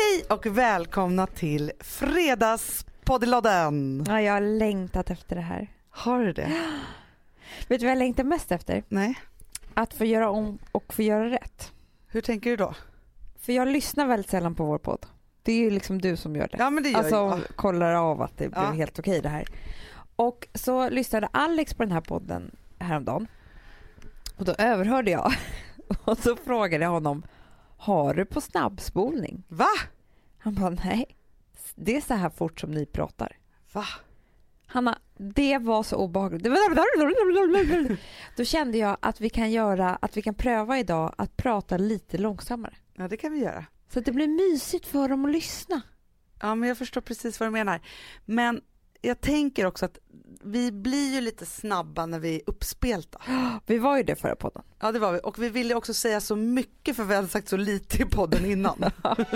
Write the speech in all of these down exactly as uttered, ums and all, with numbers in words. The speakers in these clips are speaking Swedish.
Hej och välkomna till Fredagspoddelodden. Ja, jag har längtat efter det här. Har du det? Vet du vad jag längtar mest efter? Nej. Att få göra om och få göra rätt. Hur tänker du då? För jag lyssnar väldigt sällan på vår podd. Det är ju liksom du som gör det. Ja, men det gör alltså jag. kollar av att det blir Ja. helt okej det här. Och så lyssnade Alex på den här podden häromdagen. Och då överhörde jag. Och så frågade jag honom: har du på snabbspolning? Va? Han bara, nej. Det är så här fort som ni pratar. Va? Hanna, det var så obehagligt. Då kände jag att vi kan göra, att vi kan pröva idag att prata lite långsammare. Ja, det kan vi göra. Så att det blir mysigt för dem att lyssna. Ja, men jag förstår precis vad du menar. Men jag tänker också att vi blir ju lite snabba när vi är uppspelta. Vi var ju det förra podden. Ja, det var vi. Och vi ville också säga så mycket för vi hade sagt så lite i podden innan. Det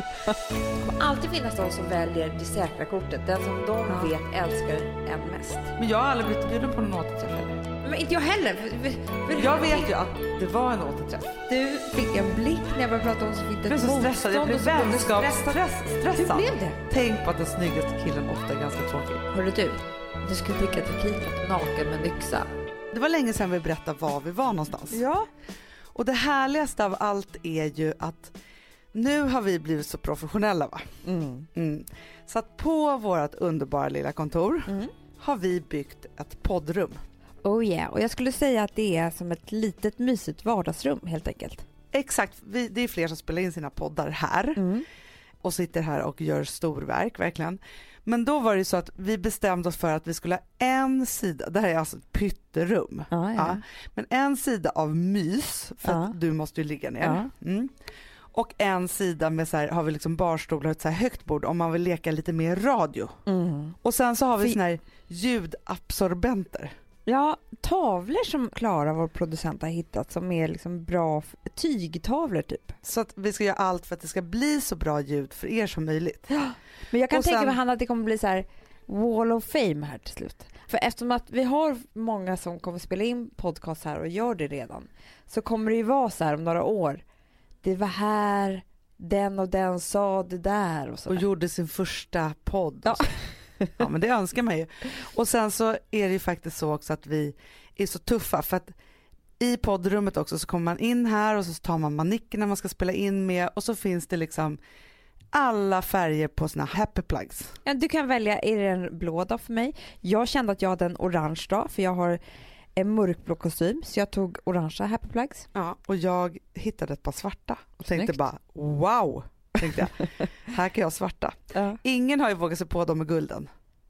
kommer alltid finnas de som väljer det säkra kortet. Den som de Ja. vet älskar en mest. Men jag har aldrig blivit bjuden på någon återträff heller. Men inte jag heller. För, för, för Jag vet ju att det var en återträff. Du fick en blick när jag började prata om så fick Jag det blev ett så stressad, jag blev motstånd och så blev du vänskapsstress. Hur Stressad. blev det? Tänk på att den snyggaste killen ofta är ganska tråkig. Hörde du? Du skulle dricka tequila naken med en yxa. Det var länge sedan vi berättade var vi var någonstans. Ja. Och det härligaste av allt är ju att nu har vi blivit så professionella, va? Mm. Mm. Så att på vårt underbara lilla kontor Mm. har vi byggt ett poddrum. Oh yeah, och jag skulle säga att det är som ett litet mysigt vardagsrum helt enkelt. Exakt, vi, det är fler som spelar in sina poddar här Mm. och sitter här och gör storverk, verkligen. Men då var det ju så att vi bestämde oss för att vi skulle ha en sida, det här är alltså ett pytterum. Ah, ja. Ja, men en sida av mys, för Ja. att du måste ju ligga ner. Ja. Mm. Och en sida med så här, har vi liksom barstolar och ett så här högt bord om man vill leka lite mer radio. Mm. Och sen så har vi Fy- såna här ljudabsorbenter. Ja, tavlor som Klara, vår producent, har hittat som är liksom bra f- tygtavlor typ. Så att vi ska göra allt för att det ska bli så bra ljud för er som möjligt. Men jag kan Och tänka sen- mig, Hanna, att det kommer bli så här Wall of Fame här till slut. För eftersom att vi har många som kommer spela in podcast här och gör det redan, så kommer det ju vara så här om några år. Det var här, den och den sa det där och så. Och gjorde sin första podd. Ja. Och så. Ja, men det önskar man ju. Och sen så är det ju faktiskt så också att vi är så tuffa för att i poddrummet också så kommer man in här och så tar man manickerna man ska spela in med och så finns det liksom alla färger på sina happy plugs. Ja, du kan välja, är det en blå dag för mig? Jag kände att jag hade en orange dag för jag har en mörkblå kostym, så jag tog orangea happy plugs. Ja, och jag hittade ett par svarta och tänkte Snyggt. bara wow, tänkte jag. Här kan jag ha svarta. Ja. Ingen har ju vågat sig på dem med gulden.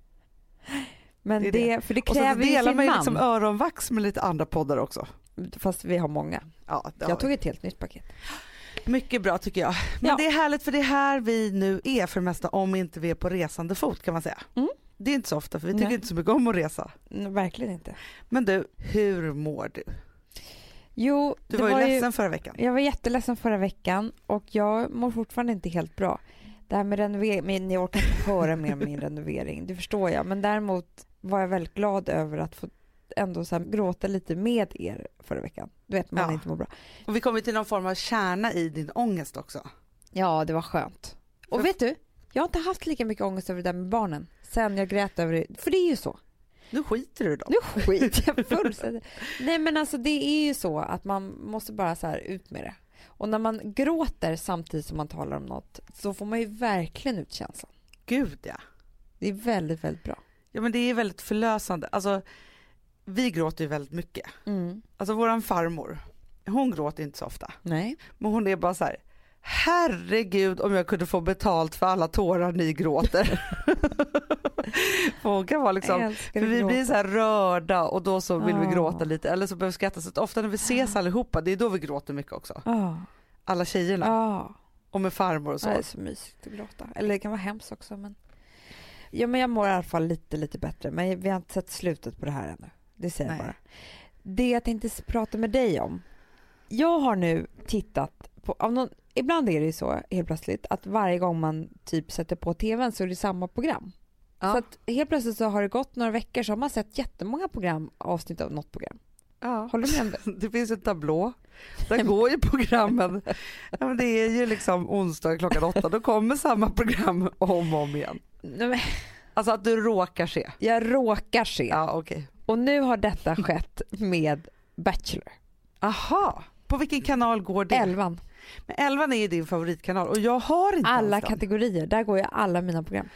Men Det det, är det. för det Och så kräver ju delar sin man ju man. liksom öronvax med lite andra poddar också. Fast vi har många. Ja, det har Jag vi. tog ett helt nytt paket. Mycket bra tycker jag. Men Ja. det är härligt för det är här vi nu är för det mesta om inte vi är på resande fot kan man säga. Mm. Det är inte så ofta för vi tycker Nej. inte så mycket om att resa. Mm, verkligen inte. Men du, hur mår du? Jo, Du det var ju var ju, ledsen förra veckan. jag var jätteledsen förra veckan och jag mår fortfarande inte helt bra. Det här med renovering, ni orkar inte höra mer om min renovering, det förstår jag. Men däremot var jag väldigt glad över att få ändå så här gråta lite med er förra veckan. Du vet, man Ja. inte mår bra. Och vi kommer till någon form av kärna i din ångest också. Ja, det var skönt. Och För- vet du, jag har inte haft lika mycket ångest över det där med barnen sen jag grät över det. För det är ju så. Nu skiter du då. Nu skiter jag fullständigt. Nej, men alltså det är ju så att man måste bara så här ut med det. Och när man gråter samtidigt som man talar om något så får man ju verkligen ut känslan. Gud ja. Det är väldigt, väldigt bra. Ja men det är väldigt förlösande. Alltså vi gråter ju väldigt mycket. Mm. Alltså våran farmor, hon gråter inte så ofta. Nej. Men hon är bara så här: herregud om jag kunde få betalt för alla tårar ni gråter. För hon kan vara liksom, Jag älskar för att vi gråta. blir så här rörda och då så vill vi Ja. gråta lite eller så behöver vi skratta. Så att ofta när vi ses allihopa, det är då vi gråter mycket också. Ja. Alla tjejerna Ja. och med farmor och så. Det är så mysigt att gråta. Eller det kan vara hemskt också. Men... Ja, men jag mår i alla fall lite, lite bättre. Men vi har inte sett slutet på det här ännu. Det säger jag Nej. bara. Det jag tänkte s- prata med dig om. Jag har nu tittat på... Av någon, ibland är det ju så helt plötsligt att varje gång man typ sätter på tvn så är det samma program. Ja. Så att helt plötsligt så har det gått några veckor så har man sett jättemånga program, avsnitt av något program. Ja. Håller du med om det? Det finns en tablå. Där går ju programmen. Ja, men det är ju liksom onsdag klockan åtta. Då kommer samma program om och om igen. Nej, men Alltså att du råkar se. jag råkar se. Ja, okej. Okay. Och nu har detta skett med Bachelor. Aha. På vilken kanal går det? Elvan. Men elvan är ju din favoritkanal och jag har inte Alla ens kategorier. Där går jag alla mina program.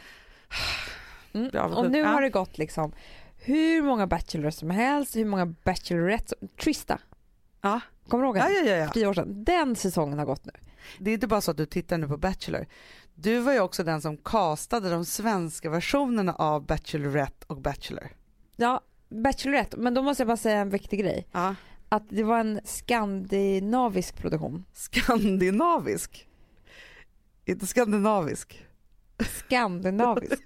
Mm. Ja, Och nu ja. har det gått liksom hur många Bachelor som helst, hur många Bachelorette. Trista. Ja. Kommer du ihåg Ja, den? ja, ja, ja. Tio år sedan. Den säsongen har gått nu. Det är inte bara så att du tittar nu på Bachelor. Du var ju också den som castade de svenska versionerna av Bachelorette och Bachelor. Ja, Bachelorette. Men då måste jag bara säga en viktig grej. Ja. Att det var en skandinavisk produktion. Skandinavisk? Inte skandinavisk. Skandinavisk.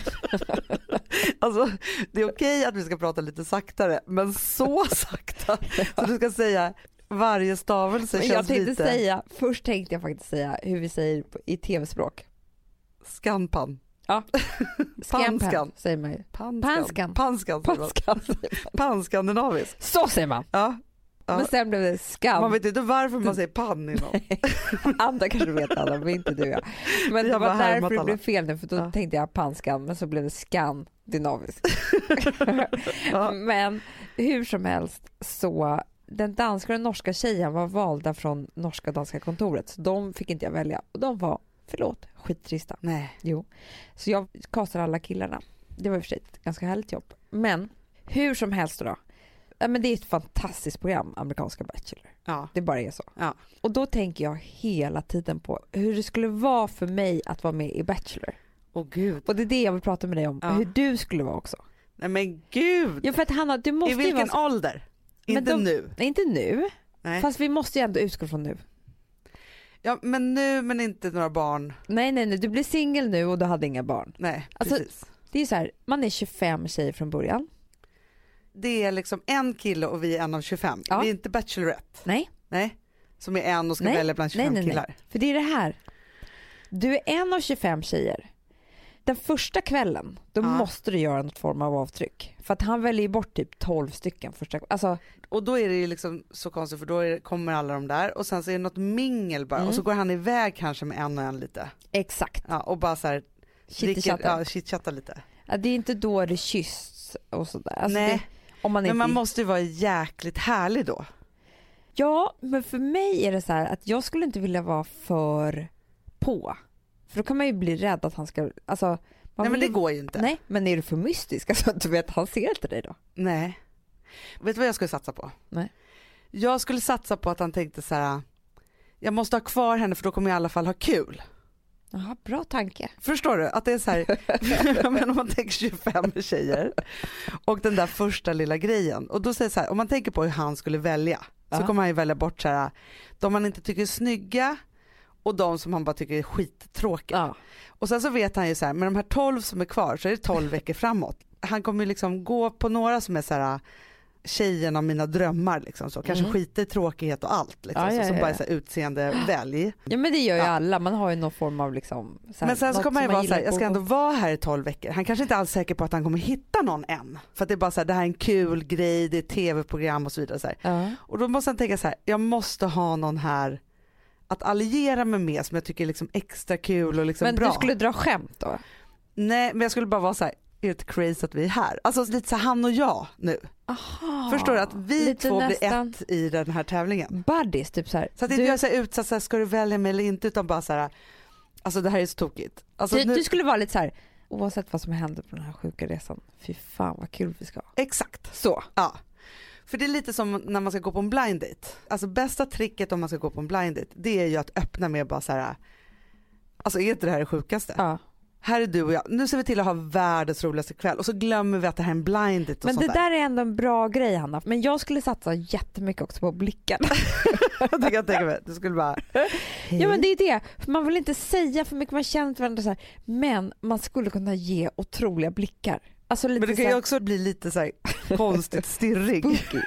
Alltså, det är okej att vi ska prata lite saktare, men så sakta. Så du ska säga varje stavelse Men känns jag tänkte lite... säga, först tänkte jag faktiskt säga hur vi säger på- i tv-språk. Skanpan. Ja. Panskan. Scampan säger man ju. Panskan. Panskan. Panskan. säger man. Panskan. Panskandinavisk. Så säger man. Ja. Ja. Men sen blev det skam. Man vet inte varför man säger pann innan. Andra kanske vet alla, men inte du. Ja. Men Jag det var bara härmat därför det alla. blev fel nu, för då Ja. tänkte jag panskan, men så blev det skandinavisk. Ja. Men hur som helst så den danska och den norska tjejen var valda från norska och danska kontoret, så de fick inte jag välja och de var, förlåt, skittrista. Nej. Jo. Så jag kastade alla killarna. Det var i och för sig ett ganska härligt jobb. Men hur som helst då. Ja, men det är ett fantastiskt program, amerikanska Bachelor. Ja. Det bara är så. Ja. Och då tänker jag hela tiden på hur det skulle vara för mig att vara med i Bachelor. Åh gud. Och det är det jag vill prata med dig om. Ja. Hur du skulle vara också. Nej men gud. Ja, för att Hanna, du måste I vilken ju vara... ålder? Men Inte de- nu. Nej, inte nu. Nej. Fast vi måste ju ändå utgå från nu. Ja men nu men inte några barn. Nej, nej, nej. Du blir singel nu och du hade inga barn. Nej, Alltså- precis. Det är så här, man är tjugofem tjejer från början. Det är liksom en kille och vi är en av tjugofem. Ja. Vi är inte Bachelorette. Nej. Nej. Som är en och ska Nej. välja bland tjugofem Nej, nej, nej. killar. För det är det här. Du är en av tjugofem tjejer. Den första kvällen, då Ja. måste du göra något form av avtryck. För att han väljer bort typ tolv stycken första alltså, Och då är det ju liksom så konstigt för då är det, kommer alla de där och sen så är det något mingel bara Mm. och så går han iväg kanske med en och en lite. exakt. Ja, och bara så här Chitty-chatta. ja, chitchatta lite. Ja, det är inte då det kyssts och sådär. Alltså Nej. det, om man Men inte... man måste ju vara jäkligt härlig då. Ja, men för mig är det så här att jag skulle inte vilja vara för på. För då kan man ju bli rädd att han ska... Alltså, man Nej men vill det ju- går ju inte. Nej, men är du för mystisk? Alltså, du vet, han ser inte dig då. Nej. Vet du vad jag skulle satsa på? Nej. Jag skulle satsa på att han tänkte så här: jag måste ha kvar henne för då kommer jag i alla fall ha kul. Jaha, bra tanke. Förstår du? Att det är så här, men om man tänker tjugofem tjejer och den där första lilla grejen. Och då säger så här, om man tänker på hur han skulle välja så Ja. kommer han ju välja bort så här, de man inte tycker är snygga och de som han bara tycker är skittråkiga. Ja. Och sen så vet han ju så här, med de här tolv som är kvar så är det tolv veckor framåt. Han kommer ju liksom gå på några som är så här tjejen av mina drömmar liksom så. Kanske Mm. skiter i tråkighet och allt liksom, Ja, ja, så, som ja, bara är ja. så här utseende välj. Ja, men det gör ju Ja. alla. Man har ju någon form av liksom... Så här, Men sen så något kommer han som ju vara gillar så här, jag ska på- ändå vara här i tolv veckor. Han kanske inte alls är säker på att han kommer hitta någon än. För att det är bara så här, det här är en kul grej, det är ett tv-program och så vidare. Så här. Ja. Och då måste han tänka så här, jag måste ha någon här att alliera mig med som jag tycker är liksom extra kul och liksom Men bra. du skulle dra skämt då? Nej, men jag skulle bara vara så här, är det crazy att vi är här? Alltså lite så här, han och jag nu. Aha. Förstår du att vi Lite två nästan blir ett i den här tävlingen? buddies, typ så här. Så att du, inte jag är så här utsatt, så här, ska du välja mig eller inte, utan bara så här, alltså det här är så tokigt. Alltså, du, nu, du skulle vara lite så här, oavsett vad som händer på den här sjuka resan, fy fan vad kul vi ska ha. Exakt. Så. Ja. För det är lite som när man ska gå på en blind date. Alltså bästa tricket om man ska gå på en blind date, det är ju att öppna med bara så här, alltså är inte det här det sjukaste? Ja. Här är du och jag, nu ser vi till att ha världens roligaste kväll och så glömmer vi att det här är en blind date och Men sånt det där är ändå en bra grej, Hanna. Men jag skulle satsa jättemycket också på blicken. Det kan jag tänka mig. Du skulle bara, Ja, men det är det. För man vill inte säga för mycket, man känner till varandra så här. Men man skulle kunna ge otroliga blickar. Alltså lite men det kan så ju här, också bli lite så här konstigt stirrig.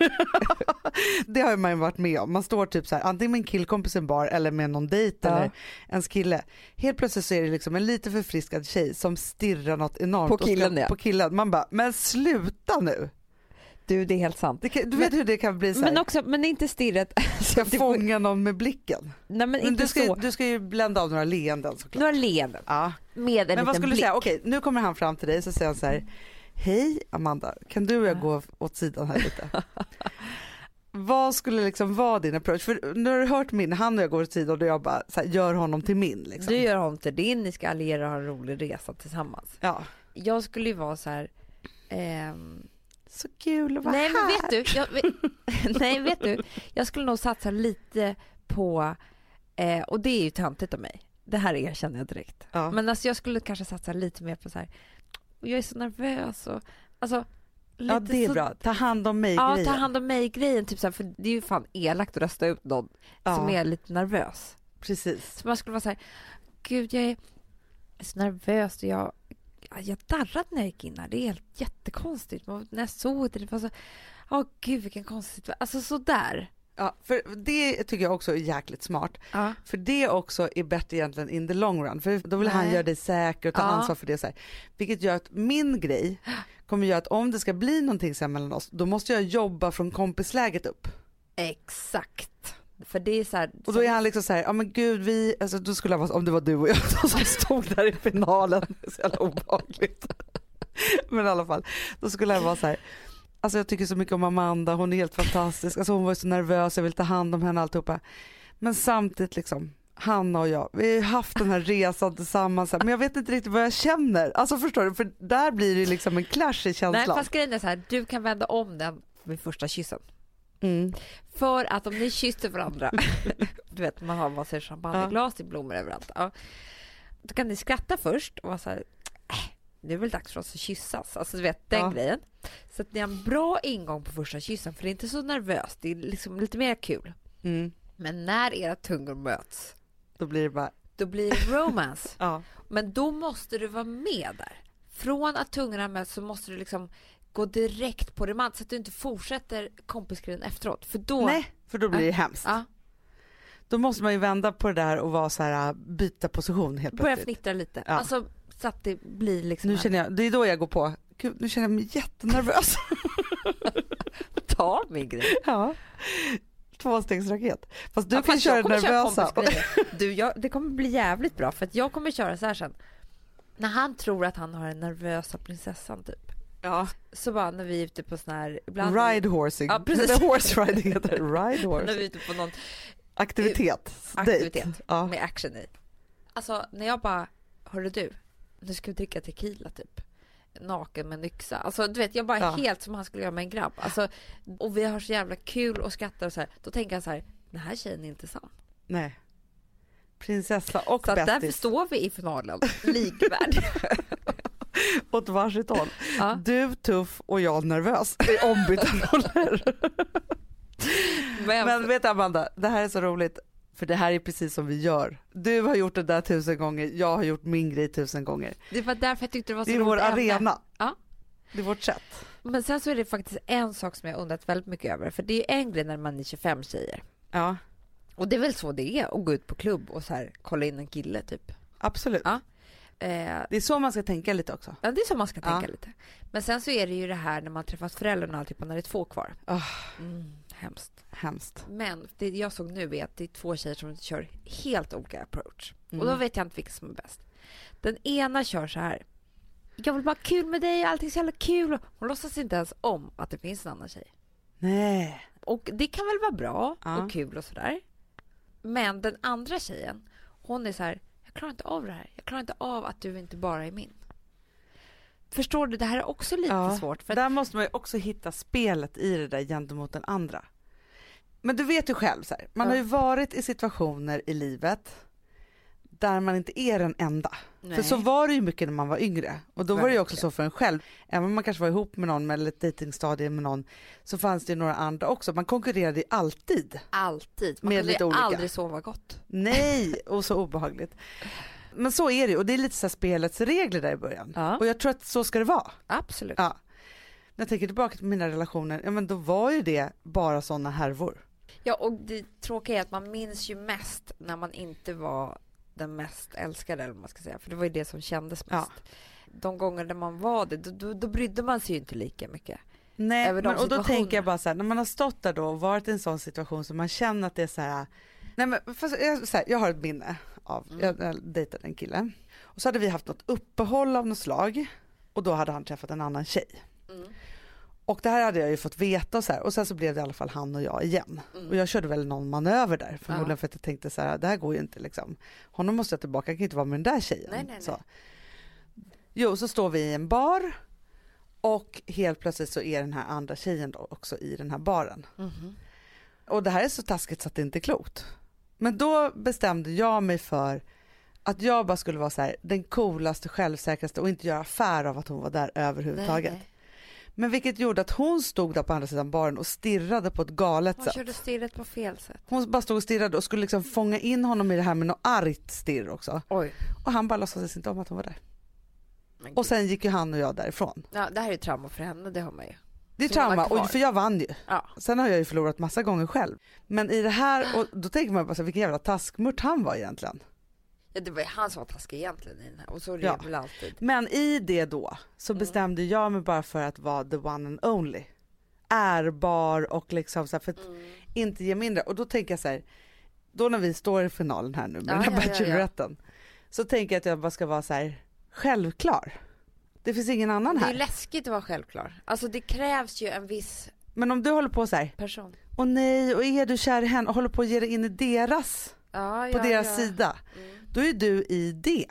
Det har man ju varit med om. Man står typ så här, antingen med en killkompis i en bar eller med någon dejt Ja. eller ens kille. Helt plötsligt så är det liksom en lite förfriskad tjej som stirrar något enormt På och ska- killen, ja. på killen. Man bara, men sluta nu. Du, det är helt sant. Det kan, du vet men, hur det kan bli så här. Men också, men inte stirret. Ska fånga någon med blicken. Nej, men, men inte du, ska, så. du ska ju blända av några leenden såklart. Några leenden. Ja. Med en men vad skulle blick. du säga? Okej, nu kommer han fram till dig så säger han så här: hej Amanda, kan du och jag gå åt sidan här lite? Vad skulle liksom vara din approach? För nu har du hört min, han och jag går åt sidan och jag bara så här, gör honom till min. Liksom. Du gör honom till din, ni ska alliera och ha en rolig resa tillsammans. Ja. Jag skulle ju vara så här... Ehm... Så kul att vara nej, här. Men vet du, jag, nej, vet du, jag skulle nog satsa lite på, eh, och det är ju töntigt av mig. Det här erkänner jag direkt. Ja. Men alltså jag skulle kanske satsa lite mer på så här, och jag är så nervös och alltså lite ja, det är så, bra. Ta hand om mig ja, grejen. ta hand om mig grejen typ så här, för det är ju fan elakt att rösta ut någon ja. som är lite nervös. Precis. Så man skulle vara så här, gud jag är så nervös och jag jag darrade när jag gick in här. Det är helt jättekonstigt. Men när jag såg det, det var så... Åh oh, gud, vilken konstigt... Alltså sådär. Ja, för det tycker jag också är jäkligt smart. Ja. För det också är bättre egentligen in the long run. För då vill Nej. han göra dig säker och ta ja. ansvar för det. Så här. Vilket gör att min grej kommer göra att om det ska bli någonting sen mellan oss, då måste jag jobba från kompisläget upp. Exakt. För det är så här, och då är han liksom så här, ja men gud vi, alltså då skulle jag vara, om det var du och jag som stod där i finalen, så jävla obehagligt. Men i alla fall, då skulle jag vara så här, alltså jag tycker så mycket om Amanda, hon är helt fantastisk, alltså hon var så nervös, jag vill ta hand om henne alltihopa. Men samtidigt liksom, Hanna och jag, vi har haft den här resan tillsammans, men jag vet inte riktigt vad jag känner. Alltså förstår du, för där blir det liksom en clash i känslan. Nej, fast grejen är så här, du kan vända om den vid första kyssen. Mm. För att om ni kysser varandra, du vet man har massor champagneglas ja. i blommor överallt. Ja. Då kan ni skratta först och vara så här, äh, det är väl dags för oss att kyssas. Alltså du vet den ja. grejen. Så att ni har en bra ingång på första kyssen, för det är inte så nervöst, det är liksom lite mer kul. Mm. Men när era tungor möts, då blir det bara då blir det romance. ja. Men då måste du vara med där. Från att tungorna möts så måste du liksom gå direkt på det, så att du inte fortsätter kompisgrejen efteråt. För då, Nej, för då blir det ja. hemskt. Ja. Då måste man ju vända på det där och vara så här, byta position helt Börja plötsligt. fnittra lite. Ja. Alltså så att det blir liksom... Nu känner jag, det är då jag går på, gud, nu känner jag mig jättenervös. Ta min grej. Ja. Tvåstegsraket. Fast du ja, kan fast köra nervösa. Köra du, jag, det kommer bli jävligt bra, för att jag kommer köra så här sen. När han tror att han har en nervösa prinsessan typ. Ja. Så bara när vi är ute på sån här... Ibland ride horsing. Ja, precis. Horse riding heter det. Ride horse. När vi är ute på någon... Aktivitet. Aktivitet. Ja. Med action i. Alltså, när jag bara... Hörru du, nu ska vi dricka tequila typ. Naken med en yxa. Alltså, du vet, jag bara ja. helt som han skulle göra med en grabb. Alltså, och vi har så jävla kul och skrattar och så här. Då tänker jag så här, den här tjejen är inte sann. Nej. Prinsessa och så bästis. Så därför står vi i finalen likvärdiga. Åt varsitt håll. Ja. Du tuff och jag nervös. Det är ombytta roller. Men, Men vet du Amanda, det här är så roligt. För det här är precis som vi gör. Du har gjort det där tusen gånger. Jag har gjort min grej tusen gånger. Det var därför jag tyckte det var så roligt. Det är roligt vår arena. Ja. Det är vårt sätt. Men sen så är det faktiskt en sak som jag undrat väldigt mycket över. För det är ju en grej när man är tjugofem tjejer. Ja. Och det är väl så det är att gå ut på klubb och så här kolla in en kille typ. Absolut. Ja. Eh, det är så man ska tänka lite också. Ja, det är så man ska tänka ja. lite. Men sen så är det ju det här när man träffas föräldrarna och alltid, när det är två kvar. Oh. Mm, hemskt. Hemskt. Men det jag såg nu är att det är två tjejer som kör helt olika approach. Mm. Och då vet jag inte vilka som är bäst. Den ena kör så här: jag vill bara kul med dig, allting är så jävla kul. Hon låtsas inte ens om att det finns en annan tjej. Nej. Och det kan väl vara bra ja. och kul och sådär. Men den andra tjejen, hon är så här: jag klarar inte av det här. Jag klarar inte av att du inte bara är min. Förstår du? Det här är också lite ja, svårt. För där måste man ju också hitta spelet i det där gentemot den andra. Men du vet ju själv så här, man ja. har ju varit i situationer i livet där man inte är den enda. Nej. För så var det ju mycket när man var yngre. Och då Verkligen. var det ju också så för en själv. Även om man kanske var ihop med någon med ett dejtingstadie med någon, så fanns det ju några andra också. Man konkurrerade ju alltid. Alltid. Man med kunde lite olika. aldrig sova gott. Nej, och så obehagligt. Men så är det ju. Och det är lite så här spelets regler där i början. Ja. Och jag tror att så ska det vara. Absolut. Ja. När jag tänker tillbaka till mina relationer, ja men då var ju det bara sådana härvor. Ja, och det tråkiga är att man minns ju mest när man inte var den mest älskade, eller vad man ska säga. För det var ju det som kändes mest. Ja. De gånger där man var det, då, då, då brydde man sig ju inte lika mycket. Nej, över de men, och då situationerna. tänker jag bara så här, när man har stått där då och varit i en sån situation så man känner att det är så här, nej men fast jag, så här, jag har ett minne av, mm. jag, jag dejtade en kille och så hade vi haft något uppehåll av något slag och då hade han träffat en annan tjej. Mm. Och det här hade jag ju fått veta och så här, och sen så blev det i alla fall han och jag igen. Mm. Och jag körde väl någon manöver där förmodligen ja. För att jag tänkte så här, det här går ju inte liksom. Honom måste jag tillbaka, jag kan inte vara med den där tjejen. Nej, nej, så. nej. Jo, så står vi i en bar och helt plötsligt så är den här andra tjejen då också i den här baren. Mm. Och det här är så taskigt så att det inte är klokt. Men då bestämde jag mig för att jag bara skulle vara så här, den coolaste, självsäkraste och inte göra affär av att hon var där överhuvudtaget. Nej, nej. Men vilket gjorde att hon stod där på andra sidan baren och stirrade på ett galet hon sätt. Hon körde stirret på fel sätt. Hon bara stod och stirrade och skulle liksom fånga in honom i det här med något argt stirr också. Oj. Och han bara låtsades inte om att hon var där. Och sen gick ju han och jag därifrån. Ja, det här är trauma för henne, det har man ju. Det är trauma, och för jag vann ju. Ja. Sen har jag ju förlorat massa gånger själv. Men i det här, och då tänker man bara så här, vilken jävla taskmurt han var egentligen. Ja, det var ju han som var taskig egentligen i den här. Och så är det ja. väl alltid. Men i det då så mm. bestämde jag mig bara för att vara the one and only. Ärbar och liksom så här, för att mm. inte ge mindre. Och då tänker jag så här, då när vi står i finalen här nu med ja, den här ja, bacheloretten, ja, ja. så tänker jag att jag bara ska vara så här självklar. Det finns ingen annan här. Det är läskigt att vara självklar. Alltså det krävs ju en viss... Men om du håller på så här, person. Och nej, och är du kär i henne och håller på att ge dig in i deras, ja, på ja, deras ja. sida, mm. då är du i det.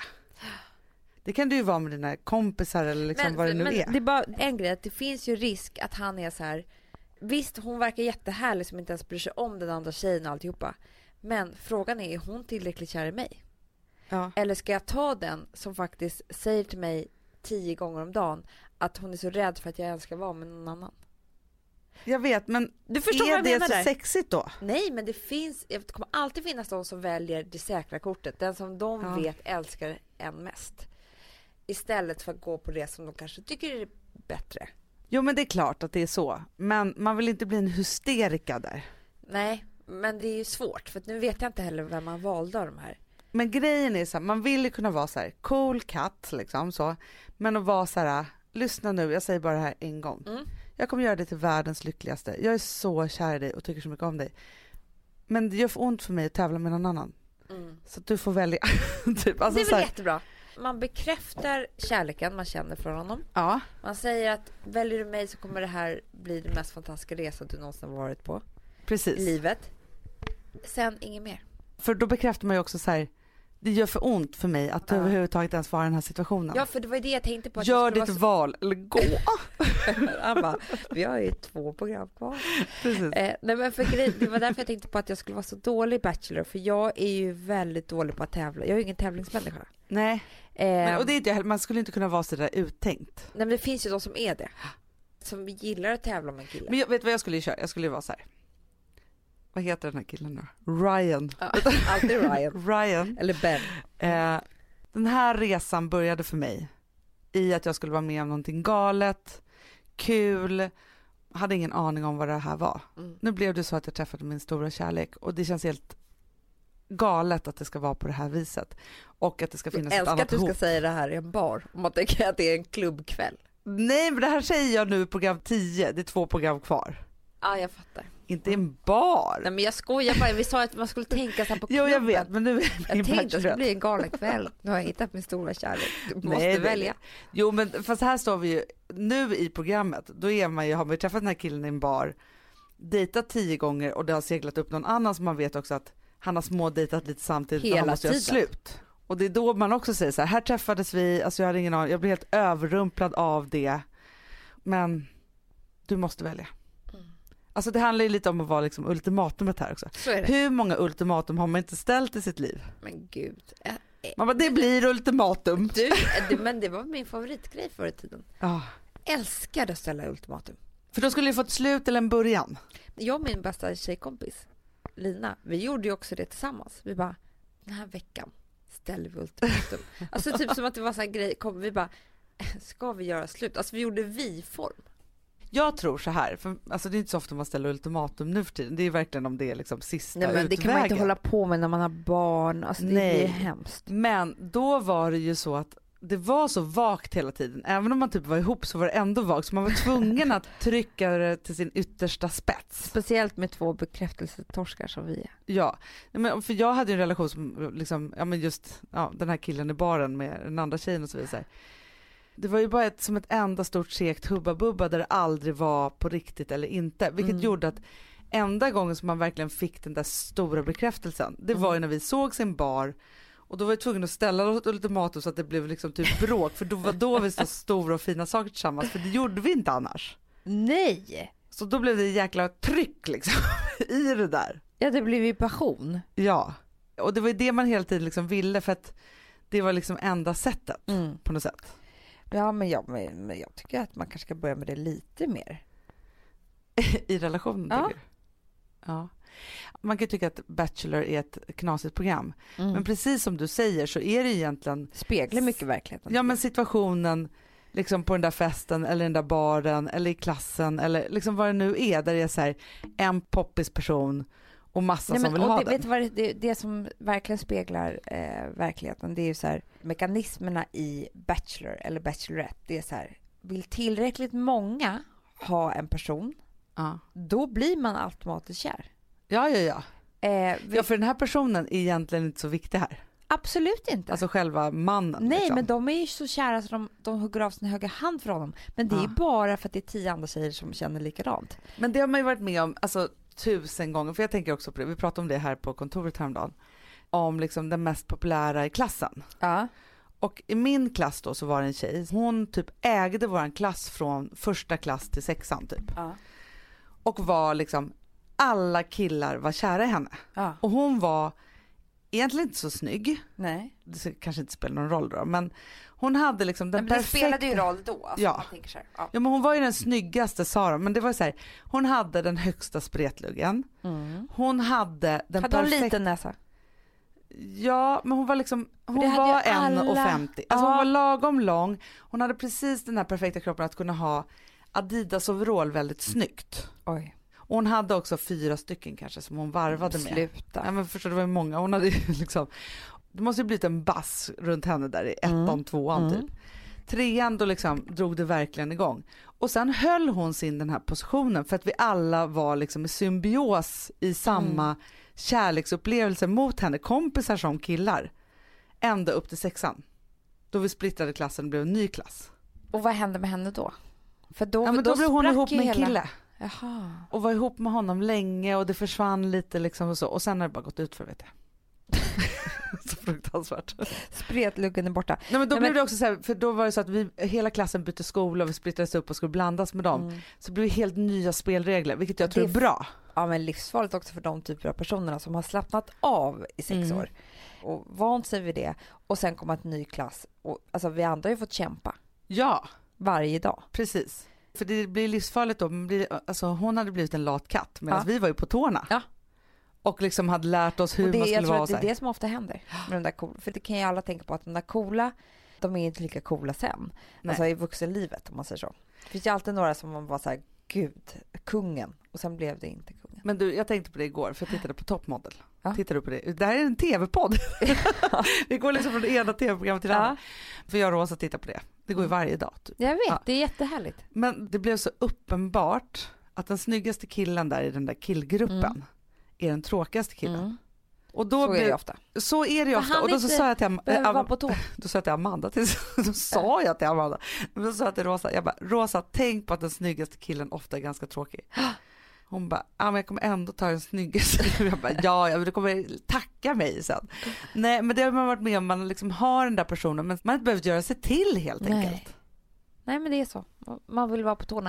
Det kan du ju vara med dina kompisar eller liksom men, vad det nu men är. Det är bara en grej, att det finns ju risk att han är så här. Visst, hon verkar jättehärlig som inte ens bryr sig om den andra tjejen och alltihopa. Men frågan är, är hon tillräckligt kär i mig? Ja. Eller ska jag ta den som faktiskt säger till mig tio gånger om dagen att hon är så rädd för att jag ska vara med någon annan? Jag vet, men du förstår är vad jag det menar så där? Sexigt då? Nej, men det finns, det kommer alltid finnas de som väljer det säkra kortet. Den som de ja. vet älskar en mest. Istället för att gå på det som de kanske tycker är bättre. Jo, men det är klart att det är så. Men man vill inte bli en hysterika där. Nej, men det är ju svårt. För att nu vet jag inte heller vem man valde av de här. Men grejen är så här, man vill ju kunna vara så här cool cat liksom så. Men att vara så här, lyssna nu, jag säger bara det här en gång. Mm. Jag kommer göra dig till världens lyckligaste. Jag är så kär i dig och tycker så mycket om dig. Men det gör för ont för mig att tävla med någon annan. Mm. Så att du får välja. typ. Alltså, det är väl så här, jättebra. Man bekräftar kärleken man känner för honom. Ja. Man säger att väljer du mig så kommer det här bli den mest fantastiska resa du någonsin varit på. Precis. I livet. Sen inget mer. För då bekräftar man ju också så här, det gör för ont för mig att ja. överhuvudtaget ens vara i den här situationen. Ja, för det var det jag tänkte på. Att Gör ditt så... val, eller gå. Han bara, vi har ju två program kvar. Eh, nej, men för grej, det var därför jag tänkte på att jag skulle vara så dålig Bachelor. För jag är ju väldigt dålig på att tävla. Jag är ju ingen tävlingsmänniska. Nej, eh, men, och det är inte, man skulle inte kunna vara så där uttänkt. Nej, men det finns ju de som är det. Som gillar att tävla med en kille. Men jag vet vad jag skulle köra? Jag skulle vara så här. Vad heter den här killen nu? Ryan. Ja, alltid Ryan. Ryan. Eller Ben. Eh, den här resan började för mig i att jag skulle vara med om någonting galet, kul, hade ingen aning om vad det här var. Mm. Nu blev det så att jag träffade min stora kärlek och det känns helt galet att det ska vara på det här viset. Och att det ska finnas ett annat hot. Jag älskar att du hot. ska säga det här i en bar. Om man tänker att det är en klubbkväll. Nej, men det här säger jag nu i program tio. Det är två program kvar. Ja, jag fattar. Inte en bar. Nej, men jag skojar bara. Vi sa att man skulle tänka så här på klubben. Jo, jag vet, men nu är jag tänkte att det skulle bli en galen kväll. Nu har jag hittat min stora kärlek. Du måste nej, välja. Nej. Jo, men fast här står vi ju nu i programmet. Då är man ju, har man ju träffat den här killen i en bar, dejtat tio gånger och det har seglat upp någon annan som man vet också att han har smådejtat lite samtidigt. Hela och han måste göra slut. Och det är då man också säger så här, här träffades vi, alltså jag hade ingen aning, jag blev helt överrumplad av det. Men du måste välja. Mm. Alltså det handlar ju lite om att vara liksom ultimatumet här också. Hur många ultimatum har man inte ställt i sitt liv? Men gud. Man bara, det blir ultimatum. Du, du, men det var min favoritgrej förr i tiden. Oh. Älskade att ställa ultimatum. För då skulle du få ett slut eller en början. Jag och min bästa tjejkompis Lina, vi gjorde ju också det tillsammans. Vi bara, den här veckan ställer vi ultimatum. Alltså typ som att det var så här grej, kom, vi bara, ska vi göra slut? Alltså vi gjorde vi-form. Jag tror så här, för alltså det är inte så ofta man ställer ultimatum nu för tiden. Det är verkligen om det är liksom sista Nej, men utvägen. det kan man inte hålla på med när man har barn. Alltså det Nej. är hemskt. Men då var det ju så att det var så vagt hela tiden. Även om man typ var ihop så var det ändå vagt. Så man var tvungen att trycka det till sin yttersta spets. Speciellt med två bekräftelsetorskar som vi är. Ja, men för jag hade ju en relation som liksom, ja men just ja, den här killen i baren med den andra tjejen och så vidare. Det var ju bara ett, som ett enda stort segt hubba-bubba där det aldrig var på riktigt eller inte. Vilket mm. gjorde att enda gången som man verkligen fick den där stora bekräftelsen, det var ju när vi såg sin bar. Och då var jag tvungen att ställa ultimatum så att det blev liksom typ bråk. För då var då vi så stora och fina saker tillsammans. För det gjorde vi inte annars. Nej! Så då blev det jäkla tryck liksom i det där. Ja, det blev ju passion. Ja, och det var ju det man hela tiden liksom ville. För att det var liksom enda sättet mm. på något sätt. Ja, men jag, men jag tycker att man kanske ska börja med det lite mer. I relationen, ja. tycker du? Ja. Man kan tycka att Bachelor är ett knasigt program. Mm. Men precis som du säger så är det egentligen... Speglar mycket verkligheten. Ja, men situationen liksom på den där festen eller den där baren eller i klassen eller liksom vad det nu är där det är så här en poppis person och massa Nej, men, som vill ha det, den. Vet du vad det, det, det som verkligen speglar eh, verkligheten, det är ju så här mekanismerna i Bachelor eller Bachelorette. Det är så här, vill tillräckligt många ha en person, ja. Då blir man automatiskt kär. Ja, ja, ja. Eh, vi... Ja, för den här personen är egentligen inte så viktig här. Absolut inte. Alltså själva mannen. Nej, liksom. Men de är ju så kära så de, de hugger av sin höga hand för honom. Men det ja. är bara för att det är tio andra tjejer som känner likadant. Men det har man ju varit med om alltså, tusen gånger. För jag tänker också på det. Vi pratade om det här på kontoret häromdagen. Om liksom den mest populära i klassen. Ja. Och i min klass då så var det en tjej. Hon typ ägde våran klass från första klass till sexan typ. Ja. Och var liksom... Alla killar var kära i henne. Ja. Och hon var egentligen inte så snygg. Nej. Det kanske inte spelar någon roll då. Men hon hade liksom den men perfekta... Det spelade ju roll då. Alltså, ja. Man tänker så här. Ja. ja, men hon var ju den snyggaste Sara. Men det var så här. Hon hade den högsta spretluggen. Mm. Hon hade den hade perfekta... hon liten näsa? Ja, men hon var liksom... Hon var en femtio. Alltså ja. hon var lagom lång. Hon hade precis den här perfekta kroppen att kunna ha Adidas overall väldigt snyggt. Oj. Och hon hade också fyra stycken kanske som hon varvade med. Sluta. Ja, men förstår, det var ju många. Hon hade liksom, det måste ju blivit en bass runt henne där i ettan, mm. tvåan typ. Mm. Trean då liksom drog det verkligen igång. Och sen höll hon sin den här positionen för att vi alla var liksom i symbios i samma mm. kärleksupplevelse mot henne. Kompisar som killar. Ända upp till sexan. Då vi splittrade klassen och blev en ny klass. Och vad hände med henne då? För då, ja, men då, då blev hon ihop med en hela... kille. Jaha. Och var ihop med honom länge och det försvann lite liksom och så. Och sen har det bara gått ut för vet jag. Så fruktansvärt. Spretluggen är borta. Nej, men då Nej, blev men... det också så här, för då var det så att vi, hela klassen bytte skola och vi splittrades upp och skulle blandas med dem. Mm. Så det blev helt nya spelregler, vilket jag tror är bra. Ja, men livsfarligt också för de typer av personerna som har slappnat av i sex mm. år. Och vant sig vid det. Och sen komma till ny klass. Och, alltså vi andra har ju fått kämpa. Ja. Varje dag. Precis. För det blir livsfarligt då. Alltså, hon hade blivit en lat katt medan ja. vi var ju på tårna. Ja. Och liksom hade lärt oss hur det, man skulle jag tror vara. Att det är det som ofta händer med de där coola. För det kan ju alla tänka på att de där coola, de är inte lika coola sen. Nej. Alltså i vuxenlivet om man säger så. Det finns ju alltid några som man var så här, gud, kungen. Och sen blev det inte kungen. Men du, jag tänkte på det igår för jag tittade på Top Model. Ja. Tittar du på det? Det här är en tv-podd. Ja. Vi går liksom från det ena tv-programmet till det andra. Ja. För jag och Rosa tittar på det. Det går ju varje dag. Typ. Jag vet, ja. Det är jättehärligt. Men det blev så uppenbart att den snyggaste killen där i den där killgruppen mm. är den tråkigaste killen. Mm. Och då så är det blev, ofta. Så är det ju ofta. Och då så sa jag till Am- Am- på då sa jag till Amanda, till, då sa jag till Amanda, men då sa jag till Rosa, jag bara, Rosa, tänk på att den snyggaste killen ofta är ganska tråkig. Hon bara, ja men jag kommer ändå ta den snyggaste. Jag bara, ja, ja men du kommer tacka mig sen. Nej, men det har man varit med om, man liksom har den där personen, men man har inte behövt göra sig till helt Nej. enkelt. Nej, men det är så. Man vill vara på tårna.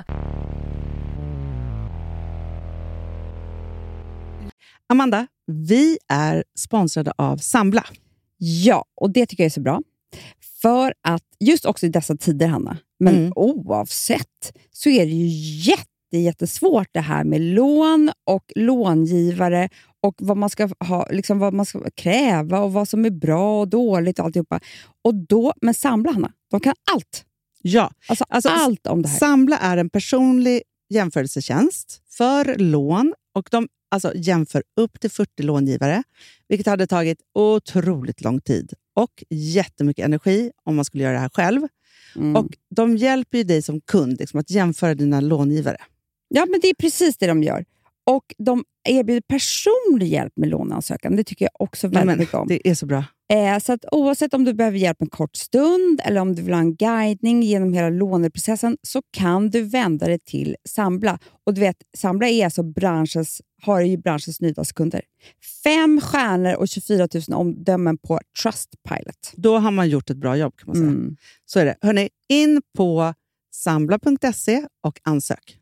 Amanda, vi är sponsrade av Sambla. Ja, och det tycker jag är så bra. För att just också i dessa tider, Hanna, men mm. oavsett så är det ju jätte, jättesvårt det här med lån och långivare och vad man ska ha, liksom vad man ska kräva och vad som är bra och dåligt och alltihopa. Och då, men Sambla, Hanna, de kan allt. Ja, alltså, alltså allt om det här. Sambla är en personlig jämförelsetjänst för lån och de alltså jämför upp till fyrtio långivare, vilket hade tagit otroligt lång tid och jättemycket energi om man skulle göra det här själv. Mm. Och de hjälper ju dig som kund liksom, att jämföra dina långivare. Ja, men det är precis det de gör. Och de erbjuder personlig hjälp med låneansökan. Det tycker jag också väldigt Nej, men, mycket om. Det är så bra. Eh, så att oavsett om du behöver hjälp en kort stund eller om du vill ha en guidning genom hela låneprocessen så kan du vända dig till Sambla. Och du vet, Sambla är alltså branschens, har ju branschens nyaste kunder. Fem stjärnor och tjugofyra tusen omdömen på Trustpilot. Då har man gjort ett bra jobb kan man säga. Mm. Så är det. Hörrni, in på sambla punkt se och ansök.